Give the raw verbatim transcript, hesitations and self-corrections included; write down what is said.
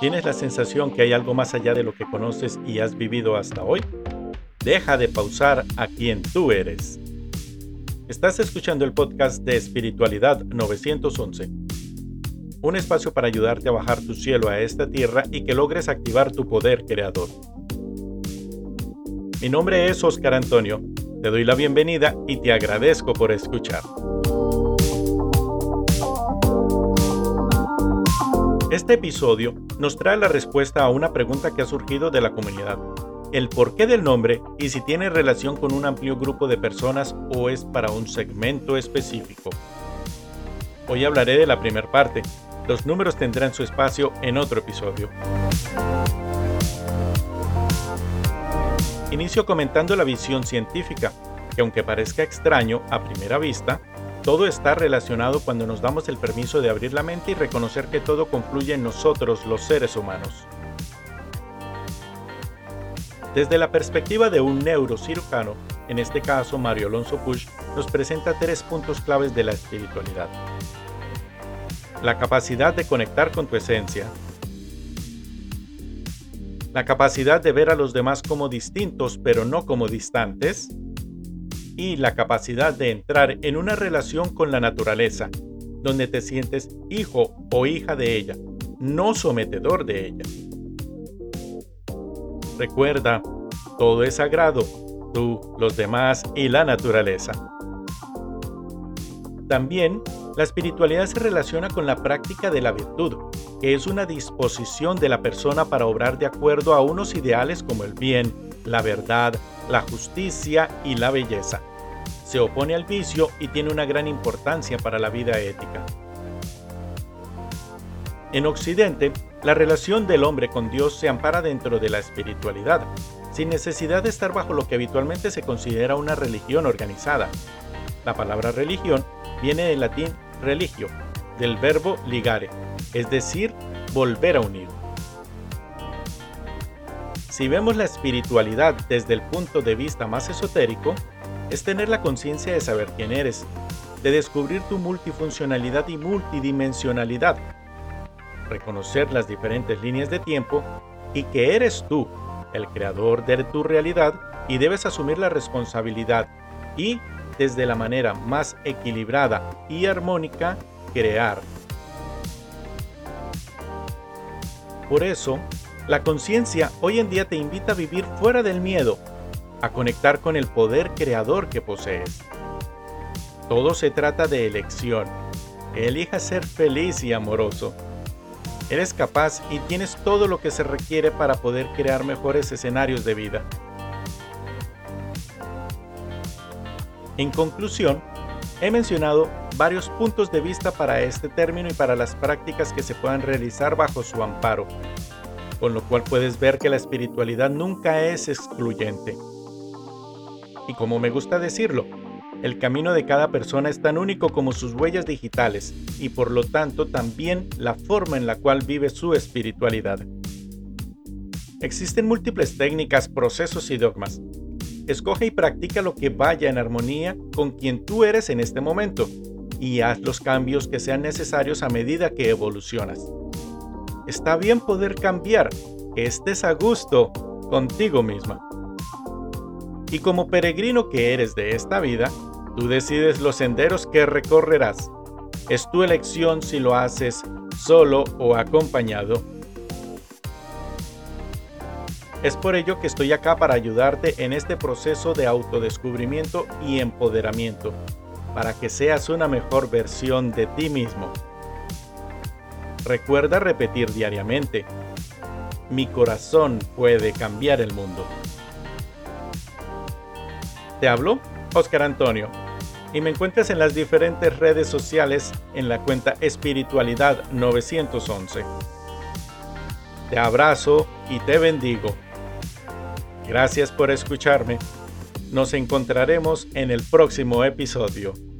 ¿Tienes la sensación que hay algo más allá de lo que conoces y has vivido hasta hoy? Deja de pausar a quien tú eres. Estás escuchando el podcast de Espiritualidad novecientos once. Un espacio para ayudarte a bajar tu cielo a esta tierra y que logres activar tu poder creador. Mi nombre es Oscar Antonio. Te doy la bienvenida y te agradezco por escuchar. Este episodio nos trae la respuesta a una pregunta que ha surgido de la comunidad. El porqué del nombre y si tiene relación con un amplio grupo de personas o es para un segmento específico. Hoy hablaré de la primera parte. Los números tendrán su espacio en otro episodio. Inicio comentando la visión científica, que aunque parezca extraño a primera vista, todo está relacionado cuando nos damos el permiso de abrir la mente y reconocer que todo confluye en nosotros, los seres humanos. Desde la perspectiva de un neurocirujano, en este caso Mario Alonso Puig, nos presenta tres puntos claves de la espiritualidad. La capacidad de conectar con tu esencia. La capacidad de ver a los demás como distintos, pero no como distantes. Y la capacidad de entrar en una relación con la naturaleza, donde te sientes hijo o hija de ella, no sometedor de ella. Recuerda, todo es sagrado, tú, los demás y la naturaleza. También, la espiritualidad se relaciona con la práctica de la virtud, que es una disposición de la persona para obrar de acuerdo a unos ideales como el bien, la verdad, la justicia y la belleza. Se opone al vicio y tiene una gran importancia para la vida ética. En Occidente, la relación del hombre con Dios se ampara dentro de la espiritualidad, sin necesidad de estar bajo lo que habitualmente se considera una religión organizada. La palabra religión viene del latín religio, del verbo ligare, es decir, volver a unir. Si vemos la espiritualidad desde el punto de vista más esotérico, es tener la conciencia de saber quién eres, de descubrir tu multifuncionalidad y multidimensionalidad, reconocer las diferentes líneas de tiempo y que eres tú, el creador de tu realidad, y debes asumir la responsabilidad y, desde la manera más equilibrada y armónica, crear. Por eso, la conciencia hoy en día te invita a vivir fuera del miedo, a conectar con el poder creador que posees. Todo se trata de elección. Elija ser feliz y amoroso. Eres capaz y tienes todo lo que se requiere para poder crear mejores escenarios de vida. En conclusión, he mencionado varios puntos de vista para este término y para las prácticas que se puedan realizar bajo su amparo, con lo cual puedes ver que la espiritualidad nunca es excluyente. Y como me gusta decirlo, el camino de cada persona es tan único como sus huellas digitales y por lo tanto también la forma en la cual vive su espiritualidad. Existen múltiples técnicas, procesos y dogmas. Escoge y practica lo que vaya en armonía con quien tú eres en este momento y haz los cambios que sean necesarios a medida que evolucionas. Está bien poder cambiar, que estés a gusto contigo misma. Y como peregrino que eres de esta vida, tú decides los senderos que recorrerás. Es tu elección si lo haces solo o acompañado. Es por ello que estoy acá para ayudarte en este proceso de autodescubrimiento y empoderamiento, para que seas una mejor versión de ti mismo. Recuerda repetir diariamente: mi corazón puede cambiar el mundo. Te hablo, Oscar Antonio, y me encuentras en las diferentes redes sociales en la cuenta Espiritualidad novecientos once. Te abrazo y te bendigo. Gracias por escucharme. Nos encontraremos en el próximo episodio.